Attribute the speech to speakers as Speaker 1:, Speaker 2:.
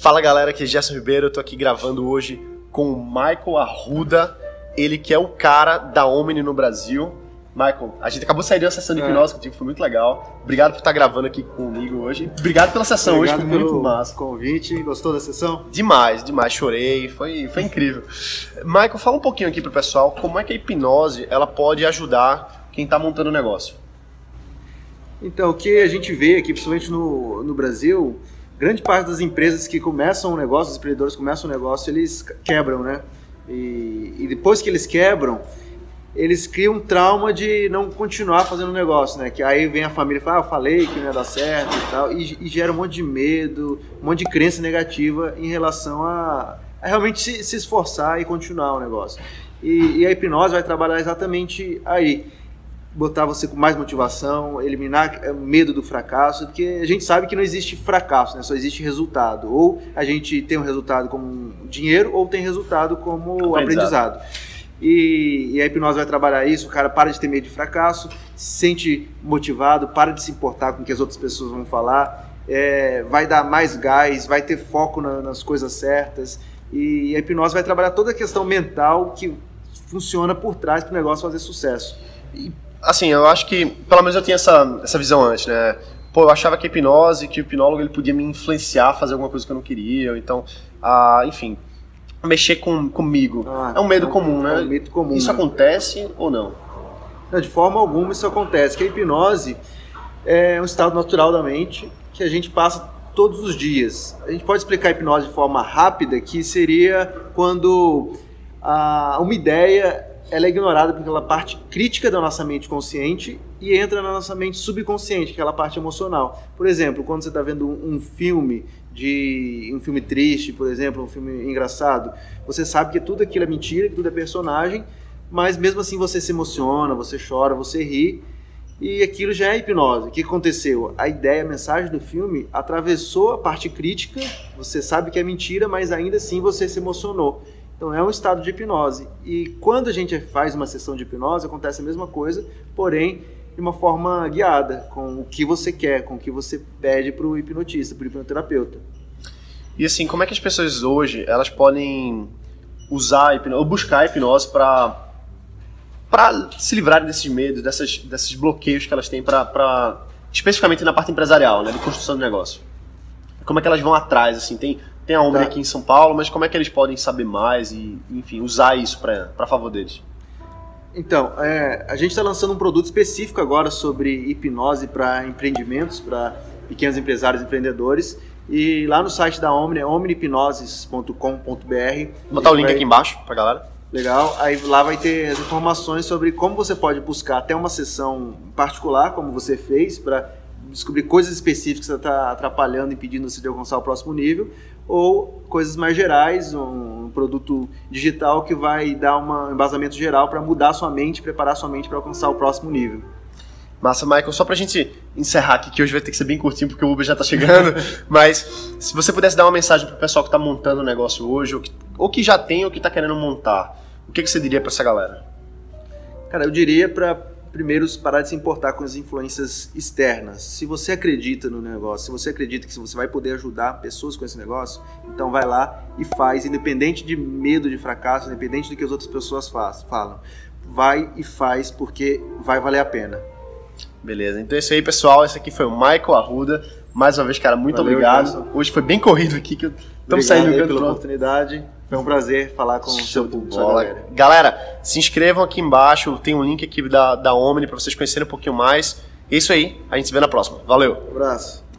Speaker 1: Fala galera, aqui é Gerson Ribeiro, eu tô aqui gravando hoje com o Michael Arruda, ele que é o cara da Omni no Brasil. Michael, a gente acabou de sair de uma sessão de hipnose contigo, foi muito legal. Obrigado por estar gravando aqui comigo hoje. Obrigado pela sessão hoje, foi muito massa.
Speaker 2: Convite, gostou da sessão?
Speaker 1: Demais, chorei, foi incrível. Michael, fala um pouquinho aqui pro pessoal, como é que a hipnose ela pode ajudar quem tá montando o negócio?
Speaker 2: Então, o que a gente vê aqui, principalmente no Brasil, grande parte das empresas que começam um negócio, os empreendedores começam um negócio, eles quebram, né? E depois que eles quebram, eles criam um trauma de não continuar fazendo o negócio, né? Que aí vem a família e fala, eu falei que não ia dar certo e tal, e gera um monte de medo, um monte de crença negativa em relação a realmente se esforçar e continuar o negócio. E a hipnose vai trabalhar exatamente aí. Botar você com mais motivação, eliminar o medo do fracasso, porque a gente sabe que não existe fracasso, né? Só existe resultado. Ou a gente tem um resultado como dinheiro, ou tem resultado como aprendizado. E a hipnose vai trabalhar isso, o cara para de ter medo de fracasso, se sente motivado, para de se importar com o que as outras pessoas vão falar, vai dar mais gás, vai ter foco nas coisas certas. E a hipnose vai trabalhar toda a questão mental que funciona por trás para o negócio fazer sucesso.
Speaker 1: Assim, eu acho que, pelo menos eu tinha essa visão antes, né? Pô, eu achava que a hipnose, que o hipnólogo ele podia me influenciar a fazer alguma coisa que eu não queria, então, enfim, mexer comigo. É um medo comum, né?
Speaker 2: É um medo comum.
Speaker 1: Isso acontece ou não?
Speaker 2: Não, de forma alguma isso acontece, que a hipnose é um estado natural da mente que a gente passa todos os dias. A gente pode explicar a hipnose de forma rápida, que seria quando uma ideia ela é ignorada pela parte crítica da nossa mente consciente e entra na nossa mente subconsciente, aquela parte emocional. Por exemplo, quando você está vendo um filme triste, por exemplo, um filme engraçado, você sabe que tudo aquilo é mentira, que tudo é personagem, mas mesmo assim você se emociona, você chora, você ri, e aquilo já é hipnose. O que aconteceu? A ideia, a mensagem do filme atravessou a parte crítica, você sabe que é mentira, mas ainda assim você se emocionou. Então é um estado de hipnose. E quando a gente faz uma sessão de hipnose, acontece a mesma coisa, porém de uma forma guiada, com o que você quer, com o que você pede para o hipnotista, para o hipnoterapeuta.
Speaker 1: E assim, como é que as pessoas hoje elas podem usar a hipnose, ou buscar a hipnose para se livrarem desses medos, desses bloqueios que elas têm especificamente na parte empresarial, né, de construção do negócio? Como é que elas vão atrás? Assim, tem a Omni aqui em São Paulo, mas como é que eles podem saber mais e, enfim, usar isso para favor deles?
Speaker 2: Então, a gente está lançando um produto específico agora sobre hipnose para empreendimentos, para pequenos empresários e empreendedores. E lá no site da Omni, é omnihipnoses.com.br.
Speaker 1: Vou botar o link aqui embaixo para galera.
Speaker 2: Legal, aí lá vai ter as informações sobre como você pode buscar até uma sessão particular, como você fez, para descobrir coisas específicas que está atrapalhando, impedindo você de alcançar o próximo nível, ou coisas mais gerais, um produto digital que vai dar um embasamento geral para mudar a sua mente, preparar a sua mente para alcançar o próximo nível.
Speaker 1: Massa, Michael, só pra gente encerrar aqui, que hoje vai ter que ser bem curtinho porque o Uber já tá chegando, mas se você pudesse dar uma mensagem pro pessoal que tá montando o negócio hoje, ou que já tem ou que tá querendo montar, o que você diria pra essa galera?
Speaker 2: Cara, eu diria para primeiro parar de se importar com as influências externas. Se você acredita no negócio, se você acredita que você vai poder ajudar pessoas com esse negócio, então vai lá e faz, independente de medo de fracasso, independente do que as outras pessoas falam. Vai e faz porque vai valer a pena.
Speaker 1: Beleza, então é isso aí, pessoal. Esse aqui foi o Michael Arruda. Mais uma vez, cara, muito obrigado.
Speaker 2: Gerson.
Speaker 1: Hoje foi bem corrido aqui, que estamos
Speaker 2: saindo
Speaker 1: do canto
Speaker 2: pela
Speaker 1: pronto.
Speaker 2: oportunidade. Foi um prazer falar com
Speaker 1: Show de
Speaker 2: sua
Speaker 1: bola.
Speaker 2: galera.
Speaker 1: Galera, se inscrevam aqui embaixo, tem um link aqui da Omni para vocês conhecerem um pouquinho mais. É isso aí, a gente se vê na próxima. Valeu!
Speaker 2: Um abraço.